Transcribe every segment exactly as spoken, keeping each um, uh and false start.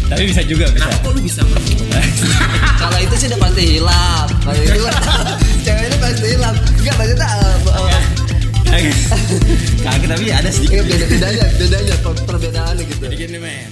Tapi bisa juga bisa. Nah, kok lu bisa bro? Kalau itu sih udah pasti hilang. Kalau itu ceweknya pasti hilang. Enggak maksudnya uh, Kagak, tapi ada sedikit beda bedanya, bedanya perbedaannya gitu. sedikit nih men.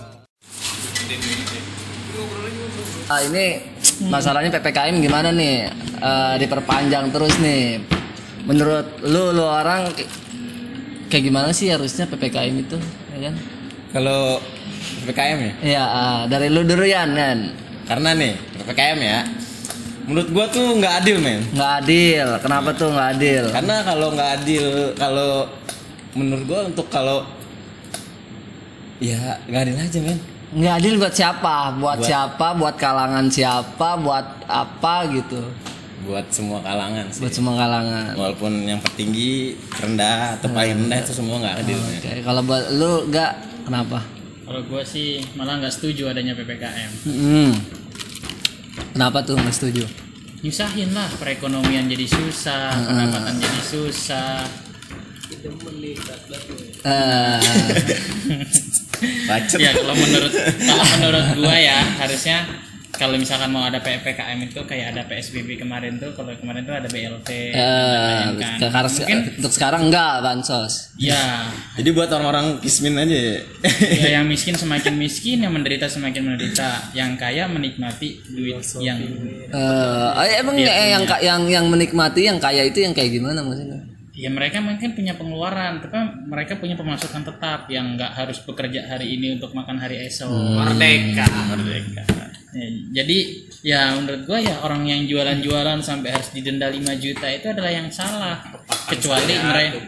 Ah, ini masalahnya P P K M gimana nih? Uh, diperpanjang terus nih. Menurut lu, lu orang kayak gimana sih harusnya P P K M itu, ya kan? Kalau P P K M ya? Iya, uh, dari lu dulu Yan, kan? Karena nih P P K M ya, menurut gua tuh nggak adil men. Nggak adil. Kenapa tuh nggak adil? Karena kalau nggak adil, kalau menurut gua untuk kalau ya nggak adil aja men. Nggak adil buat siapa? Buat, Buat- siapa? Buat kalangan siapa? Buat apa gitu? Buat semua kalangan sih. Buat semua kalangan. Walaupun yang tertinggi, rendah atau paling rendah itu semua nggak adil. men. Oke, kalau buat lu nggak, kenapa? Kalau gue sih malah nggak setuju adanya P P K M. Hmm. Kenapa tuh nggak setuju? Nyusahin lah, perekonomian jadi susah, pendapatan jadi susah. Eh, Bacot. Ya kalau menurut kalau menurut gua ya harusnya kalau misalkan mau ada P P K M itu kayak ada P S B B kemarin tuh, kalau kemarin tuh ada B L T. eh, kan. karena Mungkin untuk sekarang enggak bansos. ya, Jadi buat orang-orang kismin aja ya. ya yang miskin semakin miskin, yang menderita semakin menderita, yang kaya menikmati duit yang Eh, emang Iya, eh, yang punya. ka- yang yang menikmati yang kaya itu yang kayak gimana maksudnya? ya mereka mungkin punya pengeluaran, tapi mereka punya pemasukan tetap yang nggak harus bekerja hari ini untuk makan hari esok. Merdeka. Merdeka. Ya, jadi ya menurut gua ya orang yang jualan-jualan sampai harus didenda lima juta itu adalah yang salah. Kecuali mereka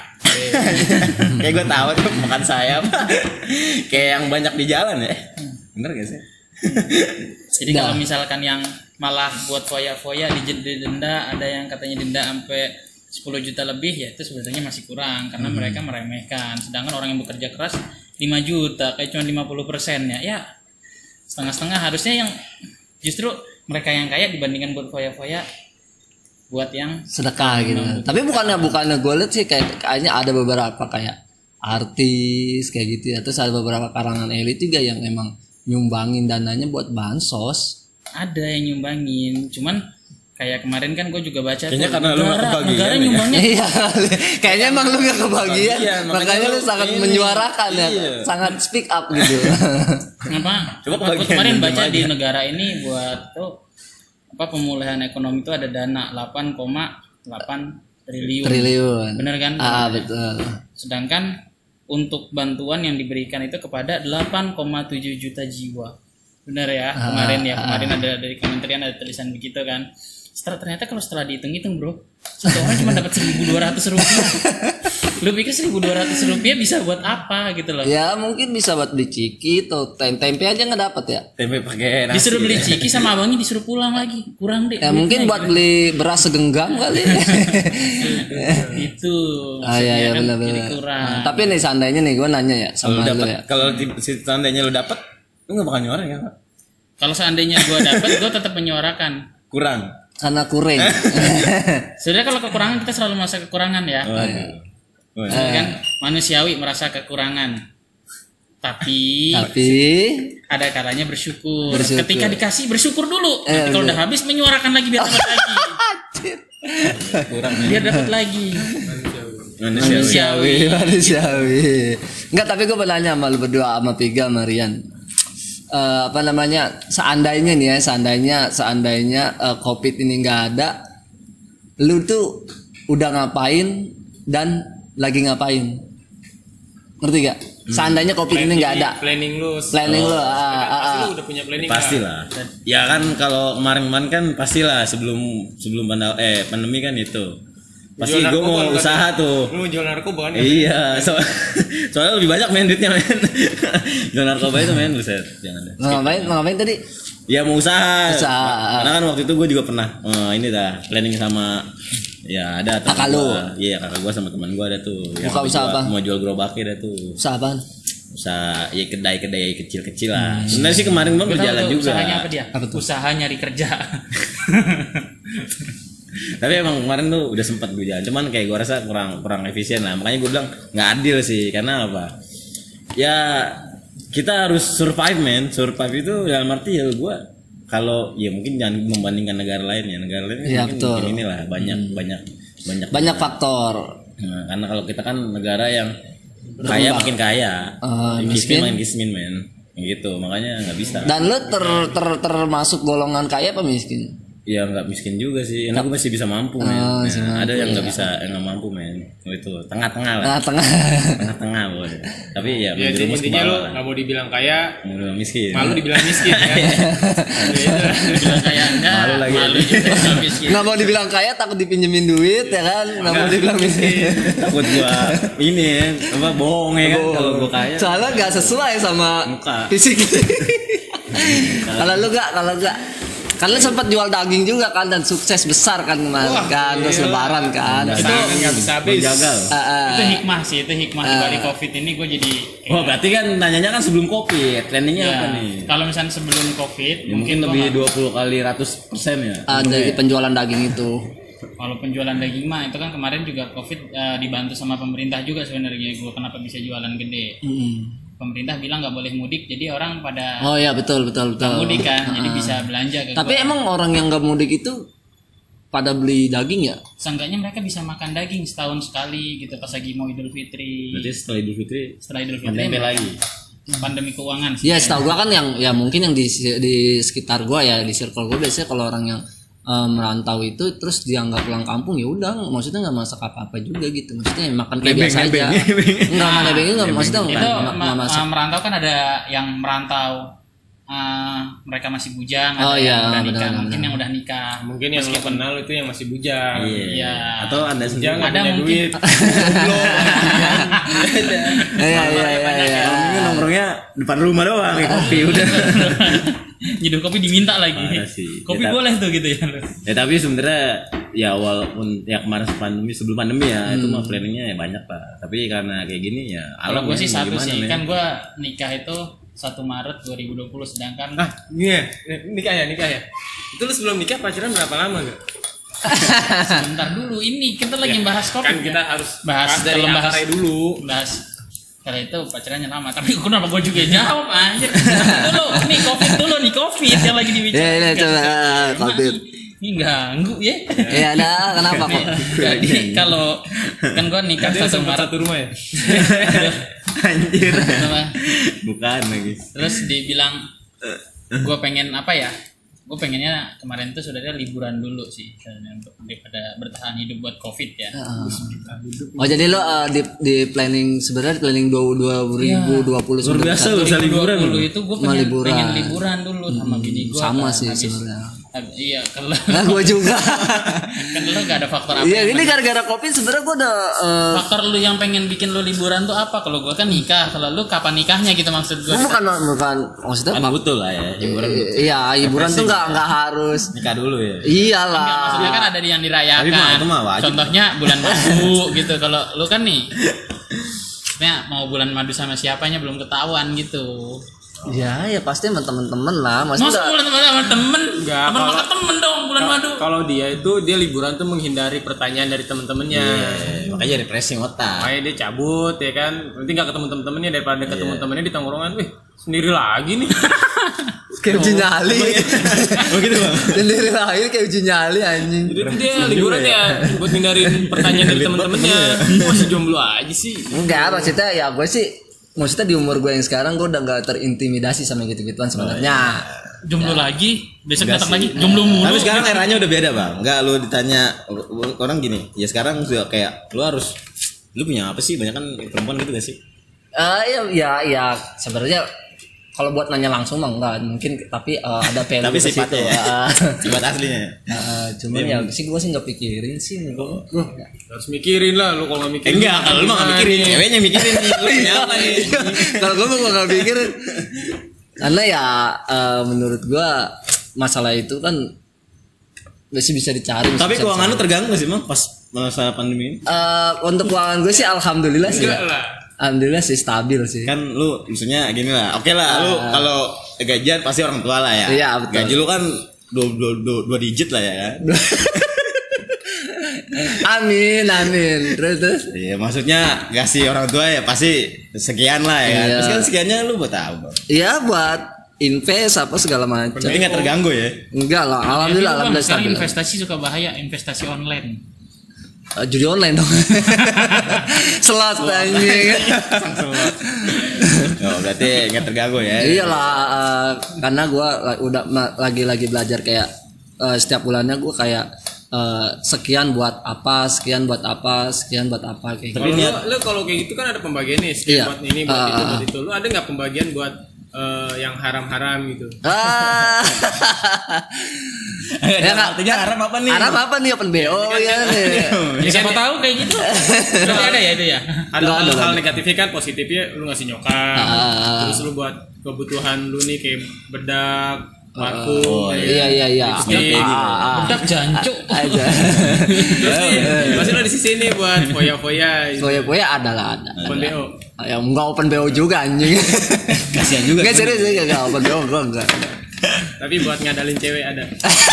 Kayak gue tahu tuh makan sayap. Kayak yang banyak di jalan ya. Bener gak sih? jadi Dah. kalau misalkan yang malah buat foya-foya dij- didenda, ada yang katanya denda sampai sepuluh juta lebih, ya itu sebenarnya masih kurang karena mereka meremehkan. Sedangkan orang yang bekerja keras lima juta kayak cuma lima puluh persennya. Ya setengah-setengah, harusnya yang justru mereka yang kaya dibandingkan buat foya-foya buat yang Sedekah gitu. Tapi bukannya bukannya gue liat sih kayak kayaknya ada beberapa kayak artis kayak gitu ya. Terus ada beberapa kalangan elit juga yang emang nyumbangin dananya buat bansos. ada yang nyumbangin. Cuman kayak kemarin kan gue juga baca Kayaknya tuh, karena lu nggak negara, kebagian negara ya. nyumbangnya Iya, kayaknya emang lu gak kebagian, Iya, makanya, makanya lu lu sangat ini. menyuarakan ya, Iya. sangat speak up gitu. apa? Coba Apa, kebagian kemarin diem baca aja. di negara ini buat tuh apa pemulihan ekonomi itu ada dana delapan koma delapan triliun. Triliun. Bener kan? Ah betul. Sedangkan untuk bantuan yang diberikan itu kepada delapan koma tujuh juta jiwa. Bener ya? Kemarin ya, kemarin ada dari kementerian ada tulisan begitu kan. Setelah ternyata kalau setelah dihitung-hitung bro, satu orang cuma dapat seribu dua ratus rupiah. Lu pikir seribu dua ratus rupiah bisa buat apa gitu loh? Ya mungkin bisa buat beli ciki atau tem- tempe aja nggak dapat ya. Tempe pakai nasi. Disuruh beli ciki sama abangnya disuruh pulang lagi, kurang deh. Ya mungkin buat beli beras segenggam kali. itu. Ah ya ya kan benar jadi benar. kurang. Nah, tapi nih seandainya nih gue nanya ya Kalau sama lu dapat, ya. kalau di- si tandanya lu dapat, lu nggak bakal nyuarain kan? Pak? Kalau seandainya gue dapat, gue tetap menyuarakan. Kurang. Karena kuring. Sebenarnya kalau kekurangan kita selalu merasa kekurangan ya. Waduh. Waduh. Betul kan manusiawi merasa kekurangan. Tapi Tapi ada kalanya bersyukur. Bersyukur. Ketika dikasih bersyukur dulu. Eh, Nanti kalau betul. udah habis menyuarakan lagi biar dapat lagi. Kurang. Biar dapat lagi. Manusiawi. manusiawi, manusiawi. Enggak, tapi gue bertanya sama lu berdua sama Piga sama Rian. Eh, apa namanya? Seandainya nih ya, seandainya seandainya eh, Covid ini nggak ada, lu tuh udah ngapain dan lagi ngapain? Ngerti gak? Seandainya Covid ini nggak ada, Planning lu. planning lu, ah, ah, Pasti ah. lu udah punya planning. Pasti kan? lah. Ya kan kalau kemarin-kemarin kan pastilah sebelum sebelum pandemi, eh pandemi kan itu. Pasti Jual gue narkoba mau kan? usaha tuh. Lu mau jual narkoba kan? Iya, so, soalnya lebih banyak main duitnya men. Jual narkoba itu men, buset, jangan deh. Mau ngapain? Mau ngapain tadi? Ya mau usaha. Usaha. Karena kan waktu itu gue juga pernah eh, ini dah planning sama ya ada teman Kakak lu? gua. Iya kakak gue sama teman gue ada tuh. yang Buka mau usaha jual- apa? Mau jual gerobaknya ada tuh. Usaha apaan? Usaha ya kedai-kedai kecil-kecil lah. Sebenarnya sih kemarin bang Gue tahu berjalan tuh juga. usahanya apa dia? Apa tuh? Usaha nyari kerja. Tapi emang kemarin tuh udah sempat gue jalan, cuman kayak gue rasa kurang kurang efisien lah. Makanya gue bilang nggak adil sih, karena apa? Ya kita harus survive man. Survive itu dalam arti ya gue kalau ya mungkin jangan membandingkan negara lain ya. Negara lain Ya, mungkin, betul. mungkin inilah banyak Hmm. banyak banyak Banyak faktor. Nah, karena kalau kita kan negara yang kaya makin kaya, Ah, yang miskin? miskin makin miskin men, gitu makanya nggak bisa. Dan lu ter, ter, termasuk golongan kaya apa miskin? Ya nggak miskin juga sih, karena gue masih bisa mampu men. Oh, Nah, masih mampu, ada yang nggak ya. bisa, yang nggak mampu men, itu tengah-tengah lah, Nah, tengah. tengah-tengah boleh. Tapi ya, Ya menjerumus ke intinya lu bawah lah. nggak mau dibilang kaya, Mau dibilang miskin. malu dibilang miskin ya. Bilang kayak enggak, Malu lagi. malu juga sama miskin. Nggak mau dibilang kaya, takut dipinjemin duit ya kan? Nggak mau dibilang miskin. Takut gua ini ya, apa bohong ya kan kalau gua kaya. Soalnya nggak sesuai sama Muka. fisik. Kalau lu gak, kalau gak, kan lu sempat jual daging juga kan dan sukses besar kan kemarin Wah, kan, terus iya. lebaran kan. Nggak Itu Itu nggak bisa habis. Gagal. ah, ah. Itu hikmah sih, itu hikmah di balik covid ini gue jadi Wah berarti kan nanyanya kan sebelum covid, trendingnya ya, apa nih? kalau misalnya sebelum covid Ya, mungkin gua lebih nggak- dua puluh kali ratus persen ya. Ah, dari penjualan daging itu. kalau penjualan daging mah itu kan kemarin juga covid eh, dibantu sama pemerintah juga sebenarnya gue kenapa bisa jualan gede. Mm. Pemerintah bilang nggak boleh mudik jadi orang pada Oh ya betul betul nggak betul. mudik kan jadi Ah. bisa belanja ke Tapi gua. emang orang yang nggak mudik itu pada beli daging ya? seenggaknya mereka bisa makan daging setahun sekali gitu pas lagi mau Idul Fitri. Berarti setelah Idul Fitri Setelah Idul Fitri tempe mereka- lagi. pandemi keuangan sih. Iya, setahu gua kan yang ya mungkin yang di di sekitar gua ya di circle gua biasanya kalau orang yang eh, merantau itu terus dia nggak pulang kampung ya udah maksudnya nggak masak apa-apa juga gitu. Maksudnya ya makan kayak Nebeng, biasa nebeng, aja. nebeng. Enggak mana nebeng enggak maksudnya Itu nggak ma- nggak masak. uh, merantau kan ada yang merantau uh, mereka masih bujang, Oh, ada iya, yang udah nikah, benar, mungkin benar. yang udah nikah. Mungkin yang lu kenal itu yang masih bujang. Iya. Iya. Atau anda sendiri Jangan Ada punya mungkin. duit. Iya iya iya iya. Ini nongkrongnya depan rumah doang kayak kopi udah. Nyeduh kopi diminta lagi. Parah sih. Kopi Ya, boleh tuh gitu ya. Ya tapi sebenarnya ya walaupun ya kemarin pandemi sebelum pandemi ya itu Hmm. mah planningnya ya banyak lah. Tapi karena kayak gini ya Kalau alam gue ya, sih mau satu gimana, sih, men. kan gue nikah itu satu Maret dua ribu dua puluh sedangkan Ah, iya. Nikah ya, nikah ya. Itu lu sebelum nikah pacaran berapa lama enggak? sebentar dulu ini kita lagi bahas kopi. Kan kita harus bahas bahas dari kalau bahas akarnya dulu. bahas kalau itu pacarannya lama tapi kenapa gue juga jawab anjir dulu nih covid dulu nih covid yang lagi dibicarakan. Iya, iya, coba, Emang COVID. ini ganggu ya. Iya ada kenapa kok? Jadi kalau kan gue nikah Dia satu sempat Maret satu rumah ya. Anjir. apa, Bukan lagi. terus dibilang gue pengen apa ya, gue pengennya kemarin tuh saudara liburan dulu sih sebenarnya untuk daripada bertahan hidup buat covid ya. Oh jadi lo eh, di di planning sebenarnya planning dua ribu dua puluh Luar biasa lu bisa liburan dulu lu. itu gue Mau pengen, liburan. pengen liburan dulu sama bini gue sama sih sebenarnya. iya kalau Nah gue juga. kan lu gak ada faktor apa Iya yang ini gara-gara kopi sebenarnya gue udah eh, faktor lu yang pengen bikin lu liburan tuh apa? Kalau gua kan nikah, kalau lu kapan nikahnya gitu maksud gua. gua bukan bukan maksudnya Kan butuh lah ya hiburan. iya hiburan tuh nggak nggak harus Nikah dulu ya. Enggak, iyalah. maksudnya kan ada yang dirayakan. Tapi mah, itu mah wajib. Contohnya bulan madu gitu. Kalau lu kan nih maksudnya mau bulan madu sama siapanya belum ketahuan gitu. Ya ya pasti sama temen-temen lah Masa maksudnya. bulan madu sama temen? Enggak, Temen kalau- makan temen dong bulan madu. Kalau dia itu dia liburan tuh menghindari pertanyaan dari temen-temennya. Eh, makanya refreshing otak. Makanya dia cabut ya kan. Nanti nggak ketemu temen-temennya daripada ketemu temennya di tongkrongan. Wih, sendiri lagi nih. Kayak uji nyali. Oh gitu bang. Sendiri lagi kayak uji nyali anjing. Jadi itu dia liburan ya buat hindarin pertanyaan dari temen-temennya. Masih jomblo aja sih. Enggak maksudnya ya gue sih maksudnya di umur gue yang sekarang gue udah gak terintimidasi sama gitu-gituan sebenarnya. Jomblo lagi, besok Enggak datang sih. lagi jomblo mulu. Tapi sekarang eranya udah beda bang. Enggak lu ditanya orang gini. Ya sekarang juga kayak lu harus lu punya apa sih? Banyak kan perempuan gitu gak sih? Eh ya ya ya sebenarnya kalau buat nanya langsung mah enggak mungkin tapi eh, ada value Tapi ke situ. sifatnya ya. Eh, Sifat aslinya. eh, cuman ya sih gue sih nggak pikirin sih gue. Gue Harus mikirin lah lu kalau nggak Eh, mikirin. enggak, kalau lu mah gak mikirin, ceweknya mikirin nih, lu punya apa nih? kalau gue mah nggak pikirin karena ya eh, menurut gue masalah itu kan masih bisa dicari. masih Tapi bisa keuangan lu dicari. terganggu gak sih bang pas masa pandemi ini? Eh, untuk keuangan gue sih alhamdulillah sih. Enggak lah. Alhamdulillah sih stabil sih. Kan lu maksudnya gini lah, oke lah, lu kalau gajian pasti orang tua lah ya. Iya, betul. Gaji lu kan dua, dua, dua, dua digit lah ya kan. Amin, amin. Terus terus. Iya, maksudnya ngasih orang tua ya pasti sekian lah ya kan. Iya. Terus kan sekiannya lu buat apa, Bang? Iya buat invest apa segala macam. Jadi nggak terganggu ya? Enggak lah, alhamdulillah, Jadi, Bang, alhamdulillah sekarang stabil. investasi suka bahaya, investasi online. Eh, judi online dong. Slot anjing. Oh, berarti nggak terganggu ya? Iyalah, eh, karena gua la- udah ma- lagi-lagi belajar kayak eh, setiap bulannya gua kayak eh, sekian buat apa, sekian buat apa, sekian buat apa kayak gitu. Kalau lu, lu kalau kayak gitu kan ada pembagian nih, sekian Iya. buat ini, buat Ah, itu, ah, buat itu. Lu ada nggak pembagian buat eh, yang haram-haram gitu? Ah. Ya nggak, artinya haram apa nih? Haram apa nih open B O ya nih. Ya, siapa tahu kayak gitu. Berarti ada ya itu ya. Ada Nggak ada, hal, nggak ada. negatifnya kan, positifnya lu ngasih nyokap, Ah. terus lu buat kebutuhan lu nih kayak bedak, parfum, Oh, kayak Iya iya iya. lipstick. Ah, ah, ah. Bedak jancuk. Aja. Terus nih, pasti lu di sisi nih buat foya-foya, gitu. Foya-foya ada lah ada. Open B O. Ya enggak open B O juga anjing. Kasihan juga. Enggak serius enggak open B O gua enggak. Tapi buat ngadalin cewek ada.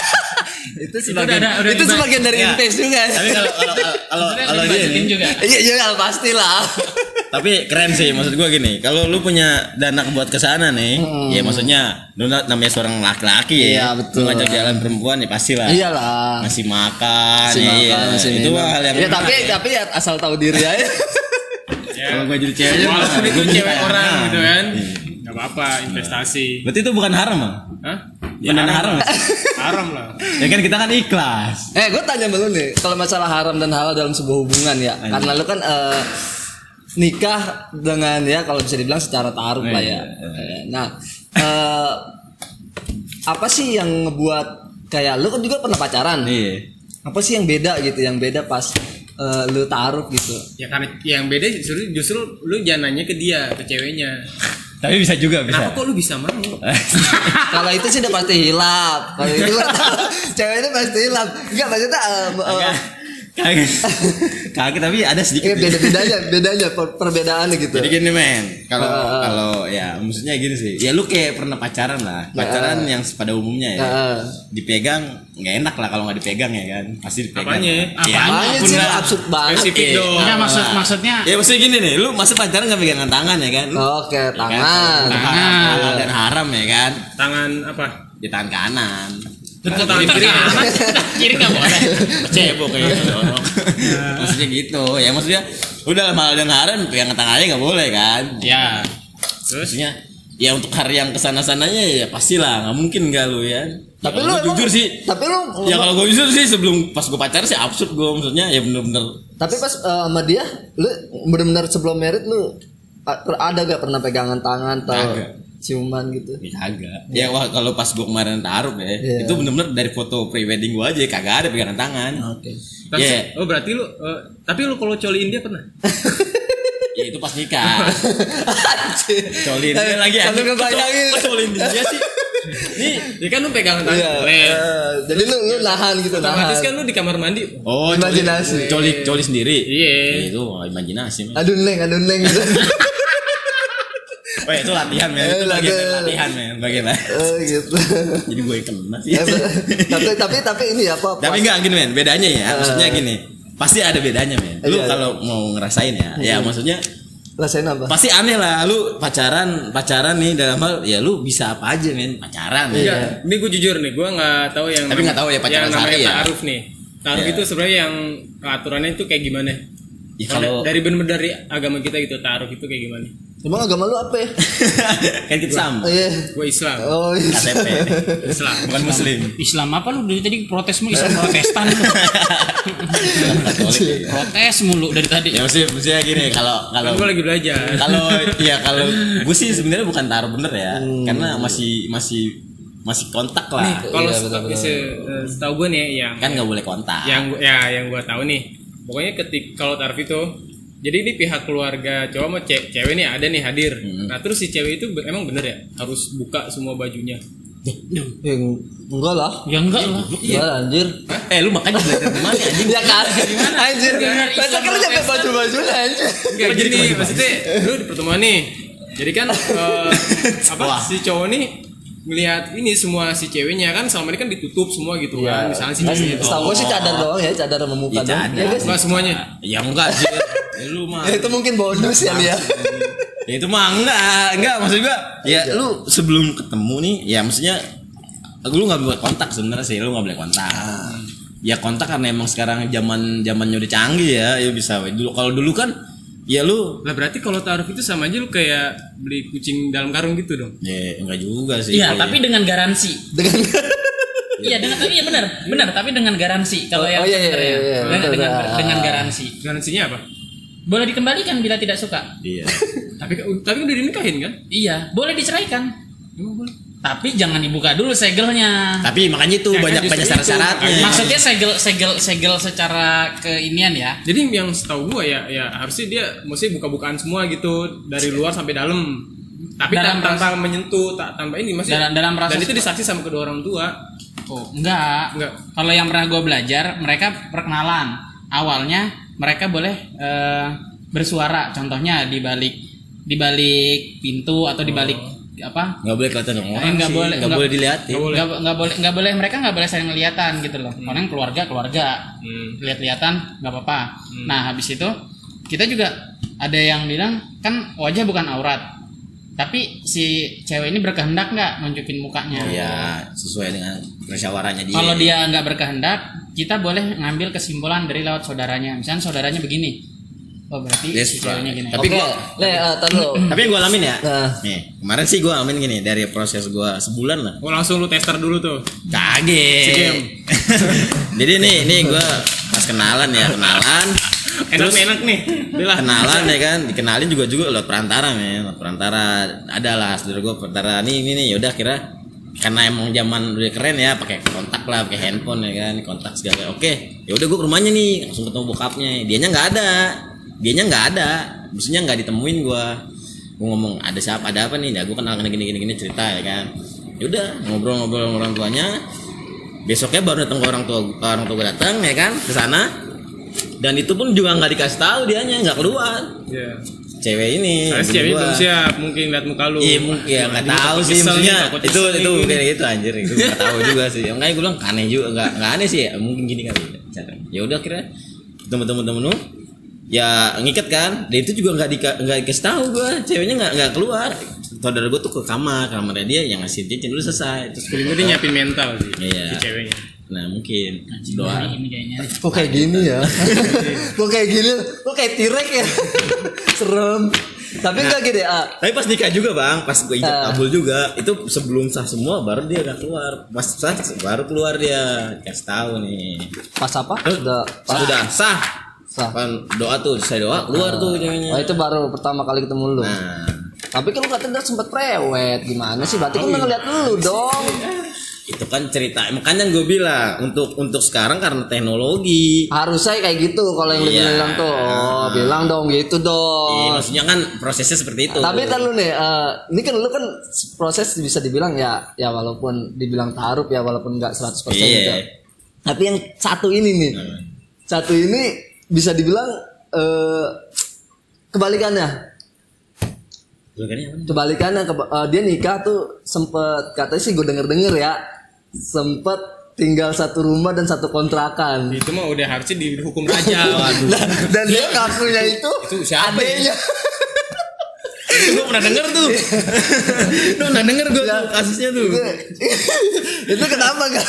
Itu sebagian udah- udah itu dibahas. sebagian dari Ya. invest juga. Tapi kalau kalau kalau Maksudnya kalau dia dibajetin nih, juga. Iya iya pastilah. tapi keren sih maksud gua gini. Kalau lu punya dana buat kesana nih, ya maksudnya lu na- namanya seorang laki-laki ya. Iya, betul. Lu ngajak jalan perempuan ya pastilah. Iyalah. Ngasih makan, Masih ya, makan, iya. masih Itu minum. hal yang ya tapi tapi ya asal tahu diri aja. kalau gua jadi cewek Walaupun itu gua minta cewek yang orang haram. gitu kan, Iya. nggak apa-apa, investasi. Berarti itu bukan haram, Bang? Hah? Benar haram. Haram lah. Ya kan kita kan ikhlas. Eh, gue tanya sama lu nih, kalau masalah haram dan halal dalam sebuah hubungan ya, Ayo. karena lu kan eh, nikah dengan ya kalau bisa dibilang secara taruh lah ya. Eh, Nah, eh, apa sih yang ngebuat kayak lu kan juga pernah pacaran? Iya. Apa sih yang beda gitu, yang beda pas eh, lu taruh gitu? Ya karena yang beda justru, justru lu jangan nanya ke dia, ke ceweknya. Tapi bisa juga bisa. Kenapa kok lu bisa mau? Kalau itu sih udah pasti hilap. Kalau itu gua tahu, cewek itu pasti hilap. Enggak maksudnya eh, eh, Kagak. Kagak tapi ada sedikit. eh, beda-bedanya, bedanya per- perbedaannya gitu. Jadi gini men, kalau Ah, ah. kalau ya maksudnya gini sih, ya lu kayak pernah pacaran lah, pacaran yang pada umumnya ya, Ah. dipegang nggak enak lah kalau nggak dipegang ya kan, pasti dipegang. Apanya? Ya, Apanya apapun sih lah. absurd banget. Spesifik Oke. dong. Enggak maksud maksudnya Ya maksudnya gini nih, lu masa pacaran nggak pegangan tangan ya kan? Lu- Oke, ya kan? tangan. Untuk Tangan. halal dan haram ya kan, Tangan apa? di tangan kanan. Tentu tangan kiri. kiri nggak boleh. Cebok kayak gitu. Maksudnya gitu, ya maksudnya udah lah halal dan haram pegangan tangannya nggak boleh kan? Ya. Terus Maksudnya ya untuk hari yang kesana sananya ya pastilah nggak mungkin nggak lu ya. Tapi Ya, lu gua emang- jujur sih. Tapi lu Ya kalau gue jujur sih sebelum pas gue pacaran sih absurd gue maksudnya ya bener-bener. tapi pas eh, sama dia lu benar-benar sebelum merit lu a- per- ada gak pernah pegangan tangan atau Kagak. ciuman gitu? Ya kagak. Ya wah kalau pas gue kemarin taruh ya Iya. itu bener-bener dari foto pre-wedding gue aja kagak ada pegangan tangan. Oke. Tapi- Ya, Oh berarti lu eh, tapi lu kalau coliin dia pernah? ya itu pas nikah. Colin dia lagi Sambil anjing. ngebayangin. Kok colin dia sih. Nih, ya kan lu pegangan tangan. Iya. boleh. eh, jadi lu lu nahan gitu, nahan. Otomatis kan lu di kamar mandi. Oh, Imajinasi. Coli coli sendiri. Iya. Ya, itu imajinasi. Man. Aduh neng, aduh neng gitu. Oh, itu latihan men. Itu Eh, bagian dari latihan. latihan men. Bagian lah. Eh, gitu. Jadi gue yang kena sih. Eh, tapi tapi tapi ini apa? Tapi enggak gini men, bedanya ya, maksudnya gini, pasti ada bedanya men. Lu Iya. kalau mau ngerasain ya, ya maksudnya rasain apa? pasti aneh lah. Lu pacaran, pacaran nih dalam hal, ya lu bisa apa aja men, pacaran. Iya. Ya. Enggak, ini gue jujur nih, gue nggak tahu yang Tapi nggak tahu ya pacaran yang namanya sehari ya. ta'aruf nih. Ta'aruf Iya. itu sebenarnya yang aturannya itu kayak gimana? Ya, kalau dari bener-bener dari agama kita gitu, ta'aruf itu kayak gimana? Emang agama lu apa ya? kan kita sama, Oh, iya. Gue Islam, Oh, iya. K T P, Islam. bukan muslim. Islam apa lu dari tadi protes mulu Islam Protestan lu. Katolik ya. Protes mulu dari tadi. Ya maksudnya, maksudnya gini, kalau kalau Kan gue lagi belajar. kalau ya kalau gue sih sebenarnya bukan taruh bener ya, karena masih masih masih kontak lah. Kalau Iya, seta- betul-betul. se- eh, setahu gue nih yang Kan nggak boleh kontak. yang gua- ya yang gue tahu nih, pokoknya ketik kalau ta'aruf itu, jadi ini pihak keluarga cowok sama ce- cewek nih ada nih hadir. Hmm. Nah terus si cewek itu be- emang bener ya harus buka semua bajunya. Ya, enggak lah. Ya enggak lah. Enggak lah, anjir. Eh lu makanya belajar di mana anjing? Ya kan? Anjir. Bener, Masa Islam kan lu nyampe Protestan. baju-baju anjir. Enggak Kok jadi gini, kewajiban? maksudnya lu di pertemuan nih. Jadi kan eh, apa Wah. si cowok nih melihat ini semua si ceweknya kan selama ini kan ditutup semua gitu kan. Misalnya si ceweknya itu. Setahu gue sih cadar doang ya, cadar sama muka Ya, doang. cadar. Ya, guys? Enggak semuanya. Ya enggak sih. Ya, lu mah. Ya, itu mungkin bonus ya dia. Ya itu mah enggak, enggak maksud gua. Ya lu sebelum ketemu nih, ya maksudnya lu nggak boleh kontak sebenarnya sih, lu nggak boleh kontak. Ya kontak karena emang sekarang zaman zamannya udah canggih ya, ya bisa. Dulu kalau dulu kan, ya lu. Lah berarti kalau taruh itu sama aja lu kayak beli kucing dalam karung gitu dong. Ya enggak juga sih. Iya, kayak- tapi dengan garansi. Dengan Iya, dengan tapi iya benar, benar, tapi dengan garansi. Kalau Oh, yang oh, iya, iya, sebenarnya. iya, iya, dengan, betul, dengan, betul. dengan garansi. Garansinya apa? Boleh dikembalikan bila tidak suka. Iya. Tapi tapi udah dinikahin kan? Iya, boleh diceraikan. Emang boleh. Tapi jangan dibuka dulu segelnya. Tapi makanya itu Ya, kan banyak justru banyak itu. syarat-syaratnya. Maksudnya segel segel segel secara keinian ya. Jadi yang setahu gua ya ya harusnya dia mesti buka-bukaan semua gitu dari luar sampai dalam. Tapi Dalam tan- tanpa menyentuh, tak tanpa ini masih. Dalam- dalam proses- dan itu disaksi sama kedua orang tua. Oh, enggak. Enggak. Kalau yang pernah gue belajar, mereka perkenalan. Awalnya mereka boleh eh, bersuara, contohnya di balik di balik pintu atau di balik apa? Nggak boleh kelihatan dong. Eh, nggak boleh, nggak nggak- boleh dilihatin. nggak boleh. Nggak nggak boleh nggak boleh mereka nggak boleh saling kelihatan gitu loh. Orang keluarga keluarga Hmm. lihat-lihatan nggak apa-apa. Nah habis itu kita juga ada yang bilang kan wajah bukan aurat. Tapi si cewek ini berkehendak nggak nunjukin mukanya? Iya, sesuai dengan musyawarahnya dia. Kalau dia nggak berkehendak, kita boleh ngambil kesimpulan dari lewat saudaranya. Misalnya saudaranya begini, oh berarti Yes, si ceweknya gini. Tapi Oke, gua- Le, uh, tar dulu. Tapi yang gue alamin ya. Nah. Nih, kemarin sih gue alamin gini dari proses gue sebulan lah. Oh langsung lu tester dulu tuh. Kaget. Si game. Jadi nih, nih gue pas kenalan ya, kenalan. Enak enak nih. Udah lah. Kenalan ya kan, dikenalin juga juga lewat perantara men, lewat perantara ada lah saudara gue perantara nih ini nih yaudah kira karena emang zaman udah keren ya pakai kontak lah pakai handphone ya kan kontak segala oke ya udah gue ke rumahnya nih langsung ketemu bokapnya dianya nggak ada dianya nggak ada maksudnya nggak ditemuin gue gue ngomong ada siapa ada apa nih ya gue kenal gini gini gini cerita ya kan yaudah ngobrol-ngobrol sama orang tuanya besoknya baru datang ke orang tua orang tua gue datang ya kan ke sana dan itu pun juga nggak dikasih tahu dianya nggak keluar Iya. cewek ini Karena si bini cewek gua. belum siap mungkin lihat muka lu. Iya mungkin ya nggak Dia tahu takut sih nyesel maksudnya nih, takut itu nyesel itu nih. kayak gitu anjir itu nggak tahu juga sih makanya gue bilang aneh juga nggak nggak aneh sih ya mungkin gini kali ya udah akhirnya temen-temen temen lu ya ngikat kan dan itu juga nggak di nggak dikasih tahu gue ceweknya nggak nggak keluar saudara gue tuh ke kamar kamarnya dia yang ngasih cincin dulu selesai terus Feeling gue dia nyiapin mental sih Iya. si ceweknya. nah mungkin Doa doa ini kayaknya. Kok kayak gini ya? Kok kayak gini? Kok kayak tirek ya? Serem. Tapi enggak gini, ah. tapi pas nikah juga bang pas gue ijab Ah. kabul juga itu sebelum sah semua baru dia nggak keluar pas sah baru keluar dia kasih tahu nih Pas apa? Sudah pas udah sah sah. kan doa tuh saya doa keluar tuh ceweknya Oh, itu baru pertama kali ketemu lu. nah Tapi kan lu katanya sempet prewed. Gimana sih? Berarti kan udah ngeliat lu dong. itu kan cerita makanya gue bilang untuk untuk sekarang karena teknologi Harusnya kayak gitu kalau yang lu Iya. bilang tuh. Oh, bilang dong gitu Iya, dong. maksudnya kan prosesnya seperti itu Tapi kan lu nih, eh, ini kan lu kan proses bisa dibilang ya, ya walaupun dibilang taruh ya walaupun nggak seratus persen Iya. gitu. Tapi yang satu ini nih, satu ini bisa dibilang eh, kebalikannya. Bukannya apa? Kebalikannya keba- eh, dia nikah tuh sempet katanya sih gue denger denger ya, sempet tinggal satu rumah dan satu kontrakan. Itu mah udah harusnya dihukum raja. Nah, dan dia ngakunya itu, Itu siapa ya? adeknya. Gue pernah denger tuh lu pernah denger gue tuh kasusnya tuh itu, itu kenapa gak?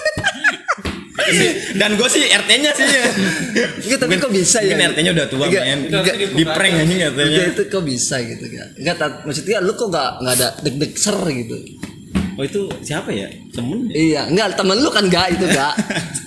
dan gue sih R T-nya sih ya Enggak, tapi kok bisa ya? mungkin R T-nya udah tua Enggak, men enggak. di prank anjing R T-nya Enggak, itu kok bisa gitu kan? Enggak, tat- maksudnya lu kok gak, gak ada deg-deg ser gitu? oh itu siapa ya temen ya? Iya, enggak, temen lu kan gak itu gak?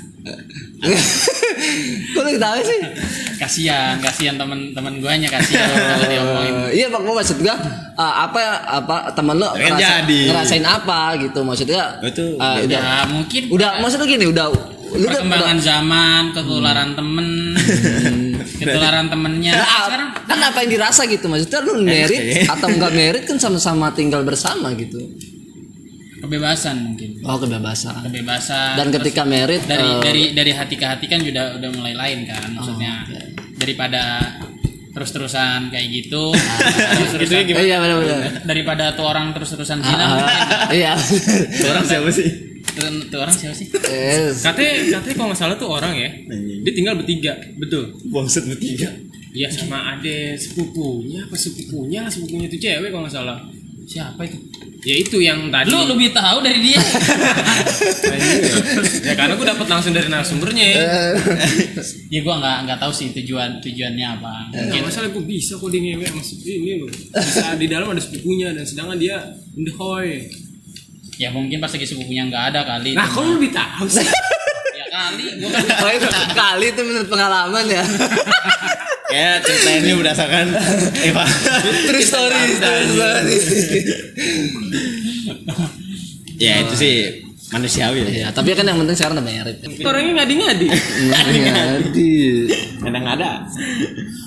Kok lu ketawa sih? Kasihan, kasihan teman-teman gue nya kasihan kalau diomongin. Eh, iya bang, maksud gua eh, apa apa temen lu Kan ngerasa- jadi. ngerasain apa gitu maksudnya? Oh, itu eh, udah, Ya mungkin udah maksudnya gini udah lu kan perkembangan udah, zaman, ketularan temen, ketularan temennya. Nah, Sekarang kan apa yang dirasa gitu maksudnya lu merit atau enggak merit kan sama-sama tinggal bersama gitu. kebebasan mungkin, Oh kebebasan. kebebasan. Dan Terus ketika merit dari eh, dari dari hati ke hati kan udah udah mulai lain kan maksudnya Oh, oke. daripada terus-terusan kayak gitu. Gitu ya gimana? Iya benar-benar. Daripada tuh orang terus-terusan zina. Ah, iya. Orang siapa sih? Tuh, tuh orang siapa sih? Eh, Katanya katanya kalau nggak salah tuh orang ya, dia tinggal bertiga, betul. Bangset bertiga. Iya sama ade sepupunya, apa sepupunya, sepupunya itu cewek kalau nggak salah. Siapa itu? Ya itu yang tadi. Lu lebih tahu dari dia. Ya karena gue dapat langsung dari narasumbernya. Ya gua nggak nggak tahu sih tujuan tujuannya apa. Mungkin masalah gue bisa kok dia ngewe sama si- ini loh. Bisa di dalam ada sepupunya dan sedangkan dia ndehoy. Ya mungkin pas lagi sepupunya nggak ada kali. Nah, kok lu lebih tahu sih? Ya kali. Gua kan oh itu kali itu menurut pengalaman ya. Kayak cerita ini berdasarkan Eva. True story, true story. Ya itu sih manusiawi ya. Ya, tapi kan yang penting sekarang udah merit. Orangnya ngadi-ngadi. Ngadi. Kadang ada.